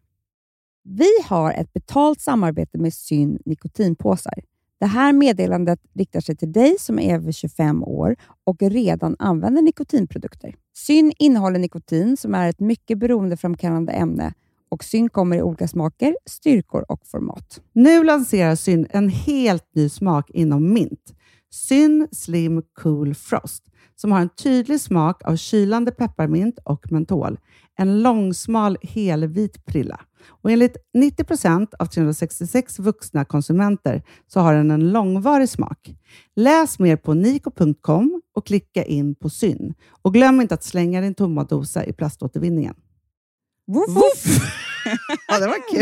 Vi har ett betalt samarbete med Syn nikotinpåsar. Det här meddelandet riktar sig till dig som är över tjugofem år och redan använder nikotinprodukter. Syn innehåller nikotin som är ett mycket beroendeframkallande ämne och Syn kommer i olika smaker, styrkor och format. Nu lanserar Syn en helt ny smak inom mint. Syn Slim Cool Frost som har en tydlig smak av kylande pepparmint och mentol. En långsmal helvit prilla. Och enligt nittio procent av trehundrasextiosex vuxna konsumenter så har den en långvarig smak. Läs mer på niko punkt com och klicka in på Syn. Och glöm inte att slänga din tomma dosa i plaståtervinningen. Woof, woof. Ja, det var kul.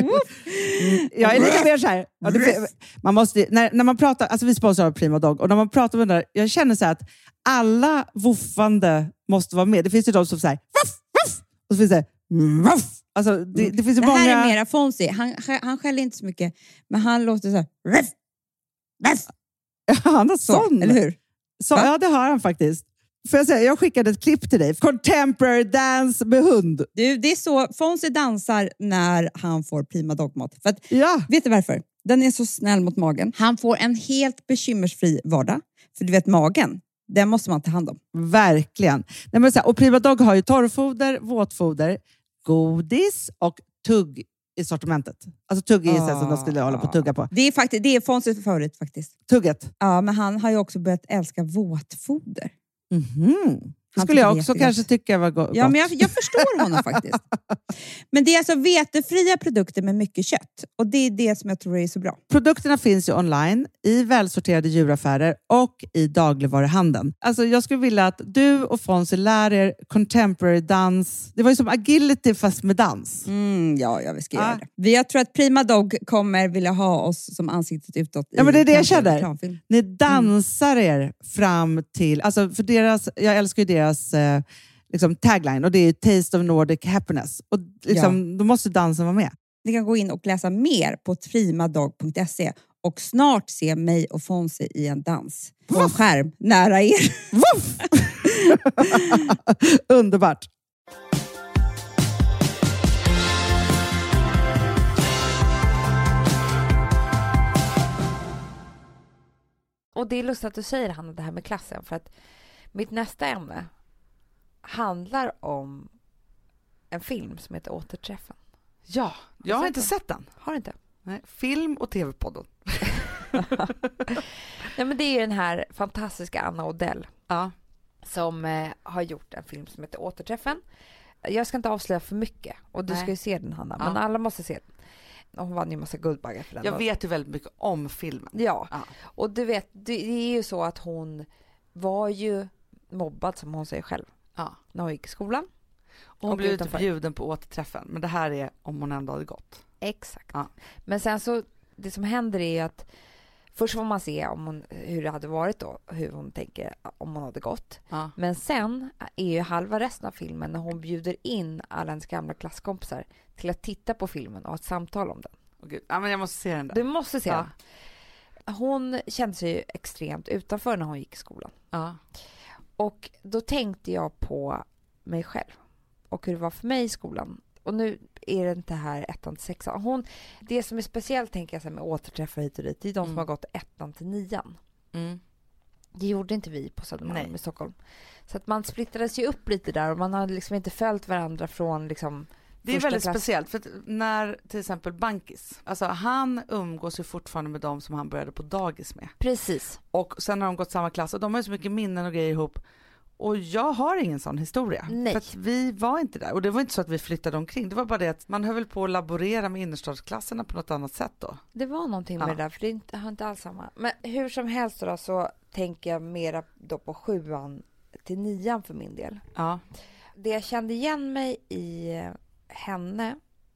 Mm, jag är lite mer så här. Ja, det, man måste, när, när man pratar, alltså vi sponsrar av Prima Dog och när man pratar med den där, jag känner så här att alla woofande måste vara med. Det finns ju de som säger woof, woof, och så finns det woof. Alltså det, det finns ju det många. här är mera Fonzie. Han, han skäller inte så mycket, men han låter så här. Ruff, ruff. Han har Så, sån. eller hur? Så, ja, det har han faktiskt. Får jag säga, jag skickade ett klipp till dig. Contemporary dance med hund. Du, det är så Fonzie dansar när han får Prima Dog-mat. För att, Ja. vet du varför? Den är så snäll mot magen. Han får en helt bekymmersfri vardag. För du vet, magen, den måste man ta hand om. Verkligen. Nej, men så här, och Prima Dog har ju torrfoder, våtfoder, godis och tugg i sortimentet. Alltså tugg är oh. som de skulle hålla på att tugga på. Det är, faktiskt, det är Fonzies favorit faktiskt. Tugget. Ja, men han har ju också börjat älska våtfoder. Mhm. Det skulle jag också kanske tycka var go- gott. Ja, men jag, jag förstår honom faktiskt. Men det är alltså vetefria produkter med mycket kött. Och det är det som jag tror är så bra. Produkterna finns ju online, i välsorterade djuraffärer och i dagligvaruhandeln. Alltså jag skulle vilja att du och Fonzie lär er contemporary dans. Det var ju som agility fast med dans. Mm, ja, ja, vi ska ah. göra det. Jag tror att Prima Dog kommer vilja ha oss som ansiktet utåt. Ja, men det är det jag känner. Reklamfilm. Ni dansar mm. er fram till... Alltså för deras, jag älskar ju deras eh, liksom tagline och det är ju Taste of Nordic Happiness. Och liksom, ja. Då måste dansen vara med. Ni kan gå in och läsa mer på primadog punkt se och snart se mig och Fonzie i en dans på en skärm nära er. Underbart. Och det är lustigt att du säger, Hanna, det här med klassen. För att mitt nästa ämne handlar om en film som heter Återträffen. Ja, jag har inte sett den. Har du inte? Nej, film- och tv-podden. Nej, men det är ju den här fantastiska Anna Odell. Ja. Som eh, har gjort en film som heter Återträffen. Jag ska inte avslöja för mycket. Och du Nej. ska ju se den, Hanna. Men ja. alla måste se den. Och hon vann ju en massa guldbaggar för den. Jag vet ju väldigt mycket om filmen. Ja, ja. Och du vet, det är ju så att hon var ju mobbad, som hon säger själv. Ja. När hon gick i skolan. Och hon blev inte bjuden på återträffen. Men det här är om hon ändå hade gått. Exakt. Ja. Men sen så, det som händer är att först får man se om hon, hur det hade varit då. Hur hon tänker om hon hade gått. Ja. Men sen är ju halva resten av filmen när hon bjuder in alla ens gamla klasskompisar till att titta på filmen och ha ett samtal om den. Oh, Gud. Ja, men jag måste se den där. Du måste se ja. den. Hon kände sig ju extremt utanför när hon gick i skolan. Ja. Och då tänkte jag på mig själv. Och hur det var för mig i skolan. Och nu är det inte här ettan till sexan. Hon, det som är speciellt, tänker jag, så här, med återträffar hit och dit, det är de mm. som har gått ettan till nian. Mm. Det gjorde inte vi på Södermalm i Stockholm. Så att man splittrades ju upp lite där och man har liksom inte följt varandra från liksom det är väldigt klass. Speciellt för att när till exempel Bankis, alltså han umgås ju fortfarande med dem som han började på dagis med. Precis. Och sen har de gått samma klass och de har ju så mycket minnen och grejer ihop. Och jag har ingen sån historia. Nej. För att vi var inte där. Och det var inte så att vi flyttade omkring. Det var bara det att man höll väl på att laborera med innerstadsklasserna på något annat sätt då. Det var någonting med Ja. det där, för det är inte, har inte alls samma. Men hur som helst då, så tänker jag mera då på sjuan till nian för min del. Ja. Det jag kände igen mig i henne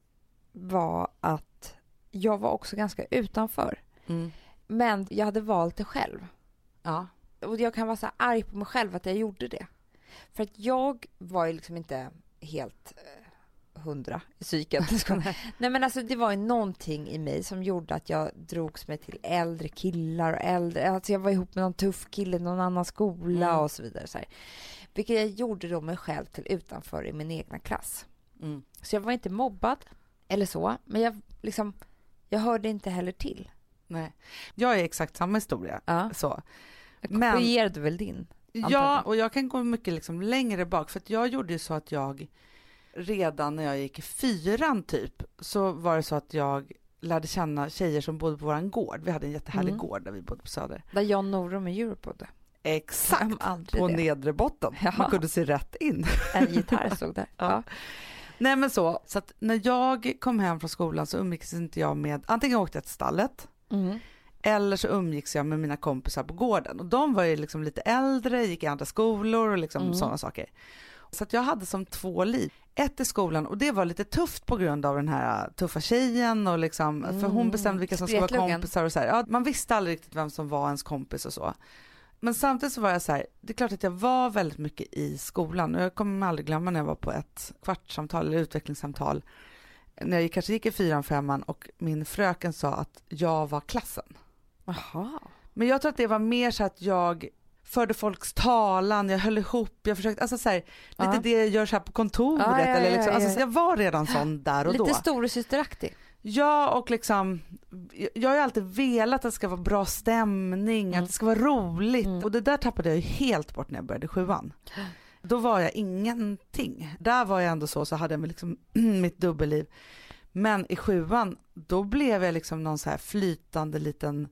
var att jag var också ganska utanför. Mm. Men jag hade valt det själv. Ja. Och jag kan vara så arg på mig själv att jag gjorde det. För att jag var ju liksom inte helt eh, hundra i psyket. Nej, men alltså det var ju någonting i mig som gjorde att jag drogs mig till äldre killar och äldre. Alltså jag var ihop med någon tuff kille i någon annan skola Mm. och så vidare. Så här. Vilket jag gjorde då mig själv till utanför i min egna klass. Mm. Så jag var inte mobbad eller så. Men jag liksom, jag hörde inte heller till. Nej. Jag är exakt samma historia. Ja. Så. Jag Men- kopierade väl din? Ja, antagligen. och jag kan gå mycket liksom längre bak. För att jag gjorde ju så att jag redan när jag gick i fyran typ, så var det så att jag lärde känna tjejer som bodde på våran gård. Vi hade en jättehärlig Mm. gård där vi bodde på Söder. Där John Norum och Europe bodde. Exakt, Vem aldrig på det? nedre botten. Ja. Man kunde se rätt in. En gitarr stod där. Ja. Ja. Nej men så, så att när jag kom hem från skolan så umgicks inte jag med, antingen åkte jag till stallet Mm. eller så umgicks jag med mina kompisar på gården. Och de var ju liksom lite äldre, gick i andra skolor och liksom Mm. sådana saker. Så att jag hade som två liv. Ett i skolan, och det var lite tufft på grund av den här tuffa tjejen och liksom, Mm. för hon bestämde vilka som skulle vara Spretluggen. kompisar och så här. Ja, man visste aldrig riktigt vem som var ens kompis och så. Men samtidigt så var jag så här, det är klart att jag var väldigt mycket i skolan och jag kommer aldrig glömma när jag var på ett kvartssamtal eller utvecklingssamtal när jag kanske gick i fyran, femman och min fröken sa att jag var klassen. Jaha. Men jag tror att det var mer så att jag förde folks talan, jag höll ihop, jag försökte, alltså så här, lite Ja. det jag gör så här på kontoret. Ja, ja, eller liksom, ja, ja, alltså, ja. så jag var redan sån där och Lite då. storasysteraktig. Ja, och liksom, jag har ju alltid velat att det ska vara bra stämning, Mm. att det ska vara roligt. Mm. Och det där tappade jag ju helt bort när jag började sjuan. Då var jag ingenting. Där var jag ändå så, så hade jag liksom mitt dubbelliv. Men i sjuan, då blev jag liksom någon så här flytande liten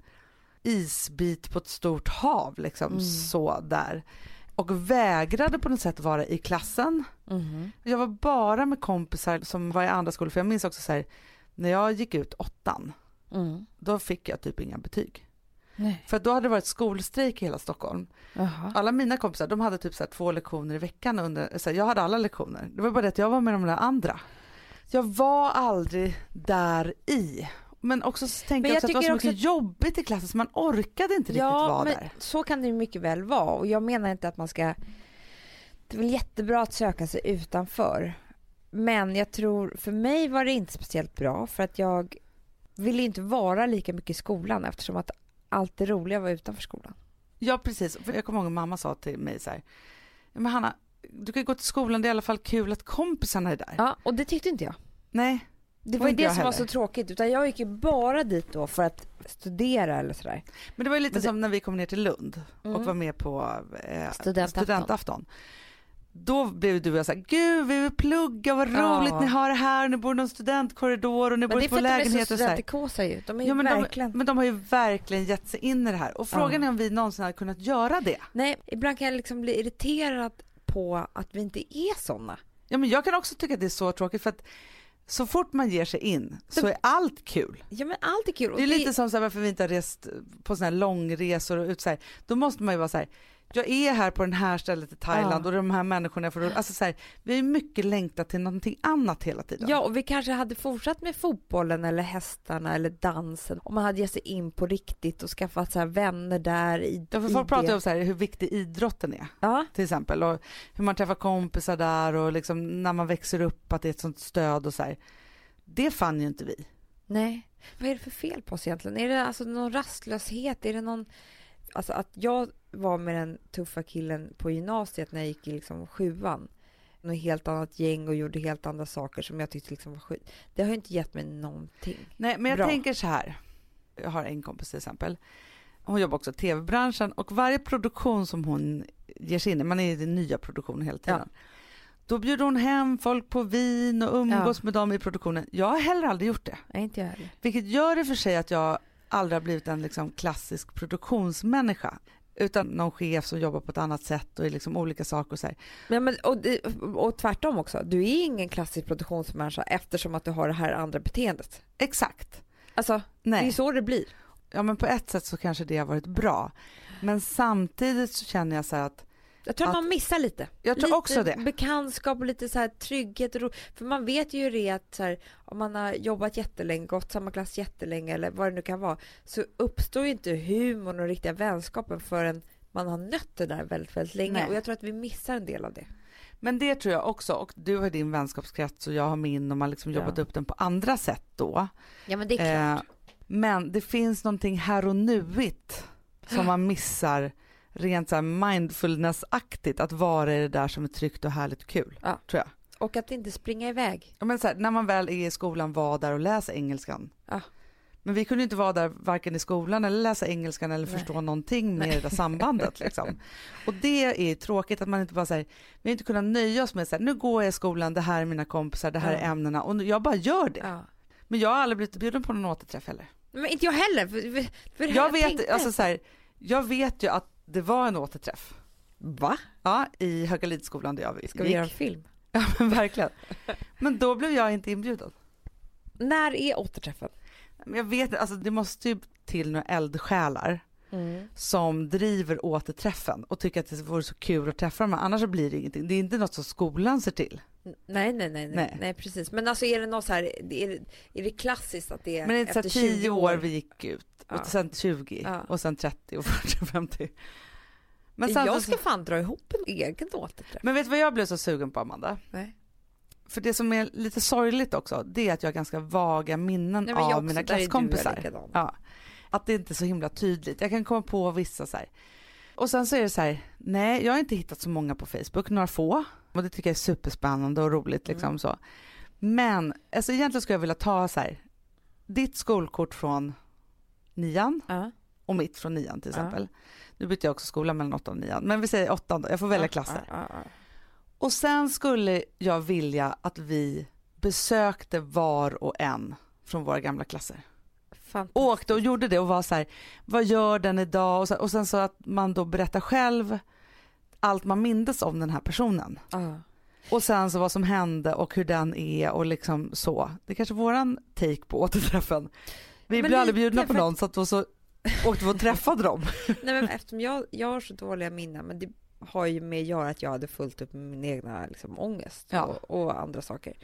isbit på ett stort hav. Liksom, Mm. så där. Och vägrade på något sätt vara i klassen. Mhm. Jag var bara med kompisar som var i andra skolor. För jag minns också så här, när jag gick ut åttan, Mm. då fick jag typ inga betyg. Nej. För då hade det varit skolstrejk i hela Stockholm. Jaha. Alla mina kompisar, de hade typ så här två lektioner i veckan. Under, så här, jag hade alla lektioner. Det var bara det att jag var med de där andra. Jag var aldrig där i. Men också så tänkte Men jag jag också att det var så tycker mycket också- jobbigt i klassen så man orkade inte riktigt Ja, vara men där. så kan det ju mycket väl vara. Och jag menar inte att man ska... Det är väl jättebra att söka sig utanför. Men jag tror, för mig var det inte speciellt bra. För att jag ville inte vara lika mycket i skolan eftersom att allt det roliga var utanför skolan. Ja, precis. För jag kommer ihåg att mamma sa till mig så här, men Hanna, du kan ju gå till skolan, det är i alla fall kul att kompisarna är där. Ja, och det tyckte inte jag. Nej. Det Och var ju inte det jag som var heller. så tråkigt. Utan jag gick ju bara dit då för att studera eller sådär. Men det var ju lite Men det- som när vi kom ner till Lund Mm. och var med på eh, Studentafton. studentafton. Då blev du och jag så här, gud vi vill plugga, vad Ja. roligt ni har det här, ni bor i någon studentkorridor och ni Men bor det i är två för att de är så lägenheter. och så här. studentikosa ju. De är ju Ja, men, verkligen... de, men de har ju verkligen gett sig in i det här. Och frågan Ja. är om vi någonsin hade kunnat göra det. Nej, ibland kan jag liksom bli irriterad på att vi inte är såna. Ja, men jag kan också tycka att det är så tråkigt för att så fort man ger sig in så är allt kul. Ja, men allt är kul. Och Det är lite som så här, varför vi inte har rest på såna här långresor och ut så här. Då måste man ju vara så här, jag är här på den här stället i Thailand Ja. och de här människorna får, alltså så här, vi är mycket längtat till någonting annat hela tiden. Ja, och vi kanske hade fortsatt med fotbollen eller hästarna eller dansen om man hade gett sig in på riktigt och skaffat så här vänner där i, Ja, för i folk pratar ju det. om så här, hur viktig idrotten är Ja, till exempel och hur man träffar kompisar där och liksom när man växer upp att det är ett sånt stöd och så här. Det fann ju inte vi. nej. Vad är det för fel på oss egentligen? Är det alltså någon rastlöshet? Är det någon... Alltså att jag var med den tuffa killen på gymnasiet när jag gick i liksom sjuan. Något helt annat gäng och gjorde helt andra saker som jag tyckte liksom var skit. Det har ju inte gett mig någonting. Nej, men jag Bra. tänker så här. Jag har en kompis till exempel. Hon jobbar också i tv-branschen och varje produktion som hon ger sig in i, man är i den nya produktionen hela tiden. Ja. Då bjuder hon hem folk på vin och umgås Ja. med dem i produktionen. Jag har heller aldrig gjort det. Nej, inte jag heller. Vilket gör det för sig att jag aldrig har blivit en liksom klassisk produktionsmänniska. utan någon chef som jobbar på ett annat sätt och är liksom olika saker. Så här. Men, men, och, och tvärtom också, du är ingen klassisk produktionsmänniska eftersom att du har det här andra beteendet. Exakt. Alltså, Nej. det är så det blir. Ja, men på ett sätt så kanske det har varit bra. Men samtidigt så känner jag så här att jag tror att, att man missar lite. Jag tror lite också det. Bekantskap och lite så här trygghet och ro. För man vet ju det att så här, om man har jobbat jättelänge, gått samma klass jättelänge eller vad det nu kan vara, så uppstår ju inte humorn och riktiga vänskapen förrän man har nött det där väldigt, väldigt länge. Nej. Och jag tror att vi missar en del av det. Men det tror jag också. Och du har din vänskapskrets och jag har min och man liksom ja. jobbat upp den på andra sätt då. Ja, men det är klart. Eh, men det finns någonting här och nuigt som man missar rent så här mindfulness-aktigt, att vara i det där som är tryggt och härligt och kul, ja. tror jag. Och att inte springa iväg. Ja, men så här, när man väl är i skolan, var där och läsa engelskan. Ja. Men vi kunde inte vara där varken i skolan eller läsa engelskan eller Nej. förstå någonting med det där sambandet. Liksom. Och det är tråkigt att man inte bara säger, vi har inte kunnat nöja oss med så här, nu går jag i skolan, det här är mina kompisar, det här ja. är ämnena och jag bara gör det. Ja. Men jag har aldrig blivit bjuden på någon återträff heller. Men inte jag heller. För, för jag, vet, alltså, så här, jag vet ju att det var en återträff. Va? Ja, i Högalidsskolan där jag gick. Ska vi göra en film? Ja, men verkligen. Men då blev jag inte inbjuden. När är återträffen? Jag vet, alltså det måste ju till några eldsjälar mm. som driver återträffen och tycker att det vore så kul att träffa dem. Annars så blir det ingenting. Det är inte något som skolan ser till. Nej, nej, nej, nej, nej. nej precis. Men alltså är det något så här, är det, är det klassiskt att det är men det är efter så tio år vi gick ut och ja. sen tjugo ja. och sen trettio och fyrtio och femtio. Men jag ska fan dra ihop en egen återträff. Men vet du vad jag blev så sugen på, Amanda? Nej. För det som är lite sorgligt också, det är att jag har ganska vaga minnen nej, av mina klasskompisar. Ja. Att det inte är så himla tydligt. Jag kan komma på vissa så här. Och sen så är det så här, nej, jag har inte hittat så många på Facebook, några få. Och det tycker jag är superspännande och roligt liksom mm. så. Men alltså egentligen skulle jag vilja ta så här, ditt skolkort från nian uh. och mitt från nian till exempel. Uh. Nu byter jag också skola mellan åttan och nian, men vi säger åttan då, jag får välja klasser. Uh. Uh. Uh. Och sen skulle jag vilja att vi besökte var och en från våra gamla klasser. Åkte och gjorde det och var så här, vad gör den idag? Och, så, och sen så att man då berättar själv allt man mindes om den här personen. Uh. Och sen så vad som hände och hur den är och liksom så. Det är kanske våran take på återträffen. Vi men blev aldrig bjudna på någon så att då så åkte vi och träffade dem. Nej, men eftersom jag, jag har så dåliga minnen, men det har ju med att göra att jag hade fullt upp med min egna liksom, ångest ja. och, och andra saker.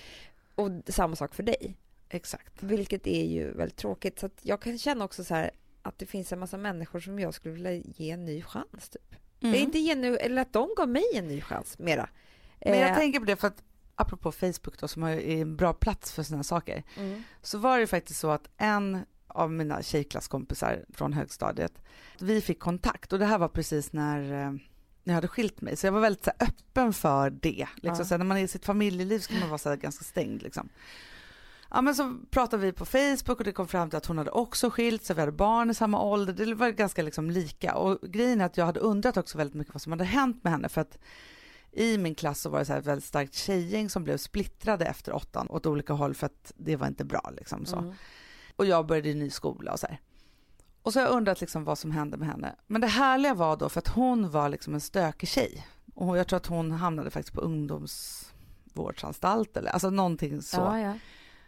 Och samma sak för dig. Exakt. Vilket är ju väldigt tråkigt. Så att jag kan känna också så här att det finns en massa människor som jag skulle vilja ge en ny chans typ. Mm. Det är inte ge nu, eller att de gav mig en ny chans mera. Men jag eh. tänker på det för att apropå Facebook då, som är en bra plats för såna här saker. Mm. Så var det faktiskt så att en av mina tjejklasskompisar från högstadiet, vi fick kontakt och det här var precis när eh, jag hade skilt mig. Så jag var väldigt så här, öppen för det. Liksom. Ja. Så när man är i sitt familjeliv så kan man vara så här, ganska stängd liksom. Ja, men så pratade vi på Facebook och det kom fram till att hon hade också skilt, så vi hade barn i samma ålder. Det var ganska liksom lika. Och grejen är att jag hade undrat också väldigt mycket vad som hade hänt med henne. För att i min klass så var det så här ett väldigt starkt tjejgäng som blev splittrade efter åttan åt olika håll för att det var inte bra. Liksom, så. Mm. Och jag började i ny skola och så här. Och så har jag undrat liksom vad som hände med henne. Men det härliga var då för att hon var liksom en stökig tjej. Och jag tror att hon hamnade faktiskt på ungdomsvårdsanstalt eller alltså någonting så. Ja, ja.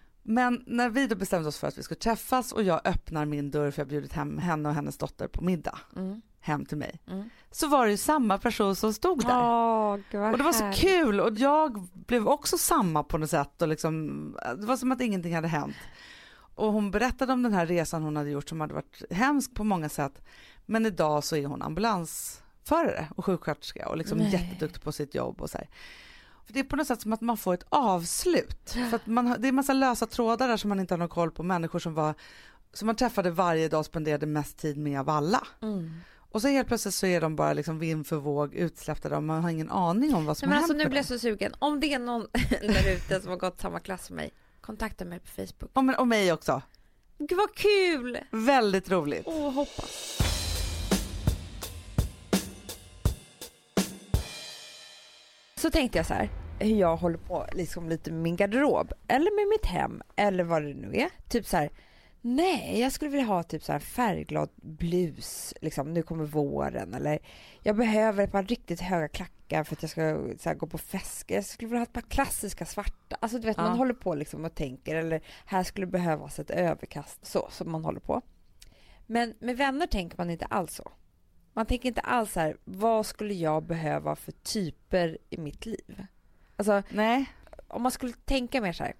Men när vi då bestämde oss för att vi skulle träffas och jag öppnar min dörr för jag har bjudit hem henne och hennes dotter på middag mm. hem till mig. Mm. Så var det ju samma person som stod där. Åh, och det var så kul och jag blev också samma på något sätt. Och liksom, det var som att ingenting hade hänt. Och hon berättade om den här resan hon hade gjort som hade varit hemsk på många sätt. Men idag så är hon ambulansförare och sjuksköterska och liksom jätteduktig på sitt jobb och så här. För det är på något sätt som att man får ett avslut. För att man, det är en massa lösa trådar där som man inte har någon koll på. Människor som, var, som man träffade varje dag och spenderade mest tid med av alla. Mm. Och så helt plötsligt så är de bara liksom vind för våg utsläppta. Man har ingen aning om vad som Nej, men har alltså, hänt. Nu blir jag så sugen. Om det är någon där ute som har gått samma klass som mig, kontakta mig på Facebook. Och, men, och mig också. Gud vad kul! Väldigt roligt. Åh, hoppas. Så tänkte jag så här, hur jag håller på liksom lite med min garderob eller med mitt hem eller vad det nu är. Typ så här, Nej, jag skulle vilja ha typ så här färgglad blus, liksom, nu kommer våren, eller jag behöver ett par riktigt höga klackar för att jag ska så här, gå på fest. Jag skulle vilja ha ett par klassiska svarta, alltså du vet, Ja. man håller på liksom och tänker, eller här skulle behövas ett överkast, så som man håller på. Men med vänner tänker man inte alls så. Man tänker inte alls så här, vad skulle jag behöva för typer i mitt liv? Alltså, Nej. om man skulle tänka mer så här,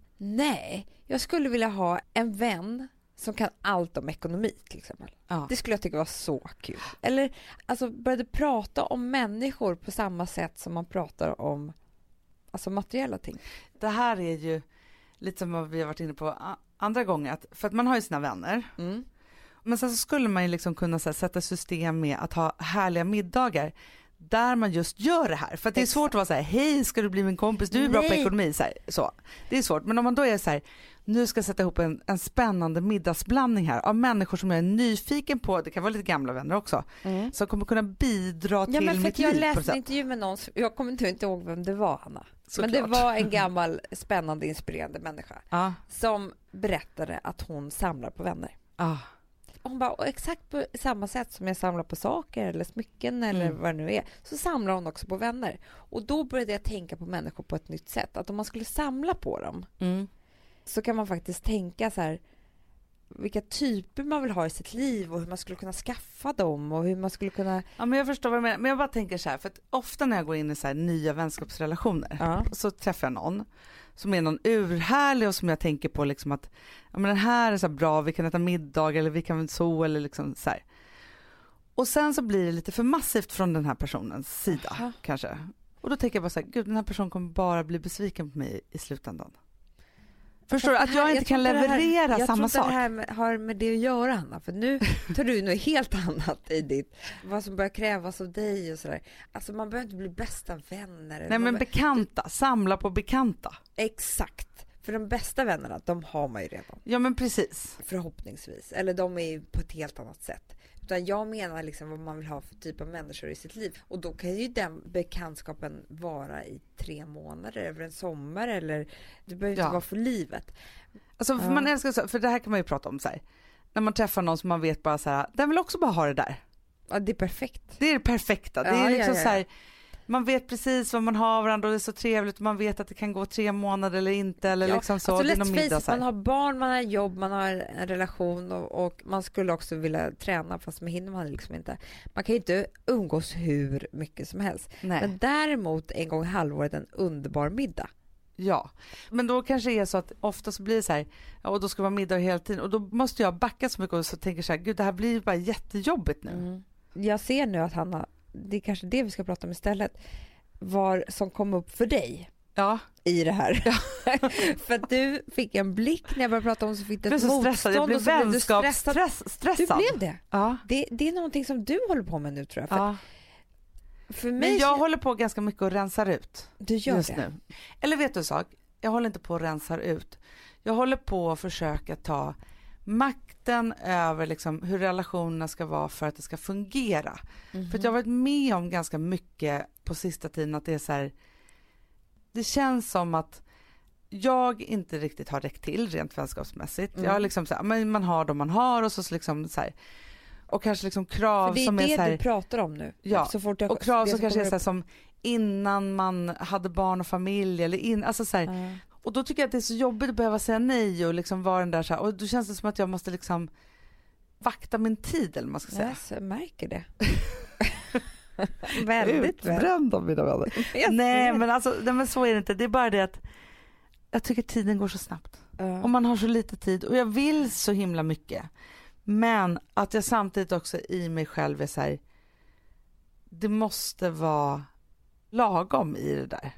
nej, jag skulle vilja ha en vän som kan allt om ekonomi till exempel. Ja. Det skulle jag tycka var så kul. Eller alltså började prata om människor på samma sätt som man pratar om alltså materiella ting. Det här är ju lite som vad vi har varit inne på a- andra gånger. Att, för att man har ju sina vänner. Mm. Men sen så skulle man ju liksom kunna så här, sätta system med att ha härliga middagar där man just gör det här. För att det är Exakt. svårt att vara så här, hej ska du bli min kompis, du är bra på Nej. ekonomi. Så, här, så. Det är svårt, men om man då är så här, nu ska jag sätta ihop en, en spännande middagsblandning här av människor som jag är nyfiken på, det kan vara lite gamla vänner också, Mm. som kommer kunna bidra Ja, till men för mitt att jag liv. på läste sätt. en intervju med någon, som- jag kommer inte, inte ihåg vem det var, Hanna. Såklart. Men det var en gammal spännande, inspirerande människa Ja, som berättade att hon samlar på vänner. ja, Och hon bara, och exakt på samma sätt som jag samlar på saker eller smycken eller Mm. vad det nu är, så samlar hon också på vänner. Och då började jag tänka på människor på ett nytt sätt. Att om man skulle samla på dem mm. så kan man faktiskt tänka så här, vilka typer man vill ha i sitt liv och hur man skulle kunna skaffa dem och hur man skulle kunna... Ja, men jag förstår vad du menar, men jag bara tänker så här, för att ofta när jag går in i så här nya vänskapsrelationer Ja. så träffar jag någon som är någon urhärlig och som jag tänker på liksom att ja, men den här är så här bra, vi kan äta middag eller vi kan så eller liksom så här. Och sen så blir det lite för massivt från den här personens sida. Aha. Kanske. Och då tänker jag bara så här, gud den här personen kommer bara bli besviken på mig i slutändan. Förstår du? Att jag inte kan tror inte det här- leverera jag samma tror sak. inte det här med, har med det att göra, Hanna. För nu tar du något helt annat i ditt, vad som börjar krävas av dig och sådär. Alltså man behöver inte bli bästa vänner. Nej Man men be- bekanta, samla på bekanta. Exakt. För de bästa vännerna, de har man ju redan. Ja men precis. Förhoppningsvis. Eller de är ju på ett helt annat sätt. Utan jag menar liksom vad man vill ha för typ av människor i sitt liv. Och då kan ju den bekantskapen vara i tre månader, över en sommar, eller det behöver inte Ja. vara för livet. Alltså för Ja. man älskar så, för det här kan man ju prata om så här. När man träffar någon som man vet bara så här, den vill också bara ha det där. Ja, det är perfekt. Det är det perfekta. Det Ja, är liksom ja, ja. så här, man vet precis vad man har varandra och det är så trevligt och man vet att det kan gå tre månader eller inte eller Ja, liksom så. alltså, det är let's någon face middag it, så här. man har barn, man har jobb, man har en relation och, och man skulle också vilja träna, fast man hinner man liksom inte. Man kan ju inte umgås hur mycket som helst. Nej. Men däremot en gång i halvåret en underbar middag. Ja, men då kanske det är så att ofta så blir det så här, ja, och då ska det vara middag hela tiden och då måste jag backa så mycket och så tänker så här, gud det här blir ju bara jättejobbigt nu. Mm. Jag ser nu att Hanna, det är kanske det vi ska prata om istället, vad som kom upp för dig Ja, i det här. För att du fick en blick när jag började prata om, så fick du jag ett blev så motstånd stressad, jag blev och så blev du stressad. vänskapsstress, Du stressad. blev det. Ja. det. Det är någonting som du håller på med nu, tror jag. För, Ja. för mig, Men jag håller på ganska mycket och rensar ut du gör just det. nu. Eller vet du en sak? Jag håller inte på att rensa ut. Jag håller på att försöka ta makten över liksom hur relationerna ska vara för att det ska fungera. Mhm. För att jag har varit med om ganska mycket på sista tiden att det är så här, det känns som att jag inte riktigt har räckt till rent vänskapsmässigt. Mm. Jag har liksom så här, men man har de man har och så liksom så här, och kanske liksom krav För det är som det är så här, du pratar om nu. Ja, Så fort jag, och krav det som kanske är kommer så här, som innan man hade barn och familj eller in, alltså så här, upp- Ja. och då tycker jag att det är så jobbigt att behöva säga nej och liksom vara den där så här, och då känns det som att jag måste liksom vakta min tid eller vad man ska säga. Yes, jag märker det. Väldigt väl. Utbränd av mina vänner. Jag Nej ser. men alltså, nej, men så är det inte. Det är bara det att jag tycker tiden går så snabbt. Ja. Och man har så lite tid och jag vill så himla mycket. Men att jag samtidigt också i mig själv är så här, det måste vara lagom i det där.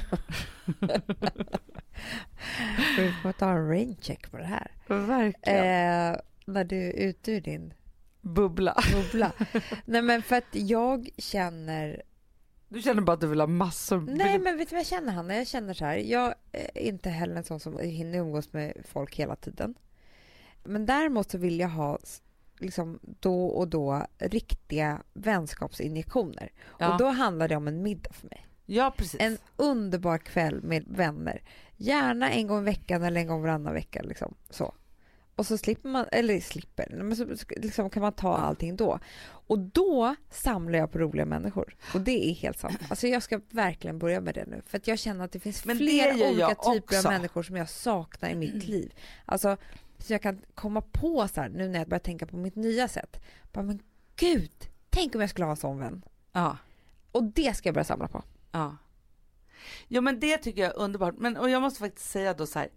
Vi får ta en raincheck på det här. Verkligen. Eh, när du är ute ur din Bubbla. bubbla. Nej, men för att jag känner... Du känner bara att du vill ha massor. Nej, men vet du vad jag känner, Hanna? Jag känner så här. Jag är inte heller en sån som hinner umgås med folk hela tiden. Men däremot så vill jag ha liksom då och då riktiga vänskapsinjektioner. Ja. Och då handlar det om en middag för mig. Ja, precis. En underbar kväll med vänner. Gärna en gång i veckan eller en gång varannan vecka. Liksom. Så. Och så slipper man, eller slipper, men så liksom kan man ta allting då. Och då samlar jag på roliga människor. Och det är helt sant. Alltså jag ska verkligen börja med det nu. För att jag känner att det finns men flera det olika typer också. av människor som jag saknar i mitt liv. Alltså, så jag kan komma på så här, nu när jag börjar tänka på mitt nya sätt. Bara, men gud, tänk om jag skulle ha en sån vän. Ja. Och det ska jag börja samla på. Ja. Ja, men det tycker jag är underbart. Men, och jag måste faktiskt säga då så här.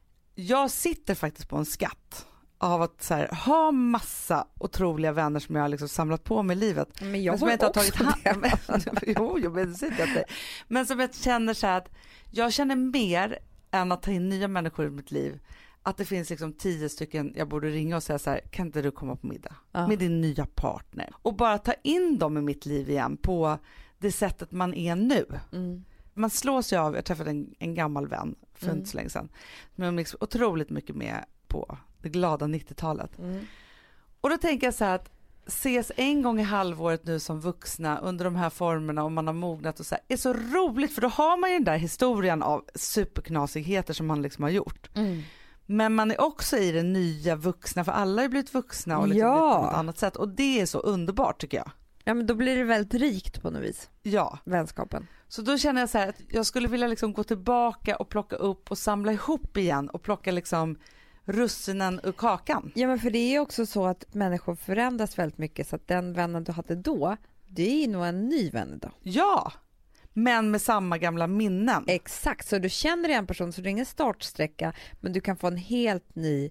Jag sitter faktiskt på en skatt av att så här, ha massa otroliga vänner som jag har liksom samlat på mig i livet. Men jag men som har jag inte har också tagit hand om. Jo, jo, men det sitter jag inte. Men som jag känner så här att jag känner mer än att ta in nya människor i mitt liv. Att det finns liksom tio stycken jag borde ringa och säga så här, kan inte du komma på middag Ja. med din nya partner? Och bara ta in dem i mitt liv igen på det sättet man är nu. Mm. Man slås ju av, jag träffade en, en gammal vän för Mm. inte så länge sedan. Som jag umgicks otroligt mycket med på det glada nittiotalet. Mm. Och då tänker jag så här att ses en gång i halvåret nu som vuxna under de här formerna och man har mognat och så här, är så roligt för då har man ju den där historien av superknasigheter som man liksom har gjort. Mm. Men man är också i det nya vuxna för alla har blivit vuxna och liksom Ja. på ett annat sätt och det är så underbart tycker jag. Ja, men då blir det väldigt rikt på något vis, Ja. vänskapen. Så då känner jag så här att jag skulle vilja liksom gå tillbaka och plocka upp och samla ihop igen och plocka liksom russinen ur kakan. Ja, men för det är ju också så att människor förändras väldigt mycket så att den vännen du hade då, det är nog en ny vän idag. Ja, men med samma gamla minnen. Exakt, så du känner en person så det är ingen startsträcka men du kan få en helt ny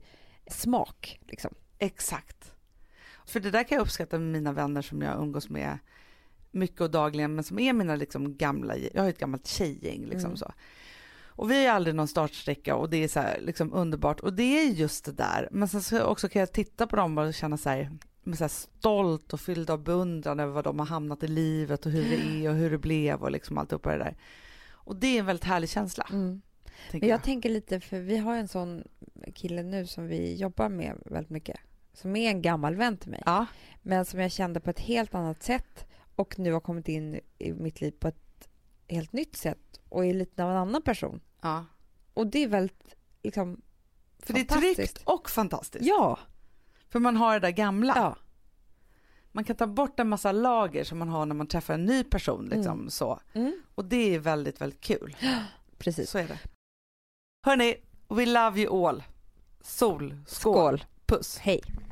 smak liksom. Exakt. För det där kan jag uppskatta med mina vänner som jag umgås med mycket och dagligen men som är mina liksom gamla, jag har ett gammalt tjejgäng liksom Mm. så. Och vi är aldrig någon startsträcka och det är så här liksom underbart och det är just det där. Men sen så också kan jag titta på dem och känna så här, med så här stolt och fylld av beundran över vad de har hamnat i livet och hur det är och hur det blev och liksom allt upp det där. Och det är en väldigt härlig känsla. Mm. tänker Men jag jag. tänker lite, för vi har en sån kille nu som vi jobbar med väldigt mycket. Som är en gammal vän till mig. Ja. Men som jag kände på ett helt annat sätt. Och nu har kommit in i mitt liv på ett helt nytt sätt. Och är lite av en annan person. Ja. Och det är väldigt liksom För det är fantastiskt. tryggt och fantastiskt. Ja. För man har det där gamla. Ja. Man kan ta bort en massa lager som man har när man träffar en ny person. Liksom, Mm. så. Mm. Och det är väldigt, väldigt kul. Precis. Så är det. Hörni, we love you all. Sol, skål, Skål. puss. Hej.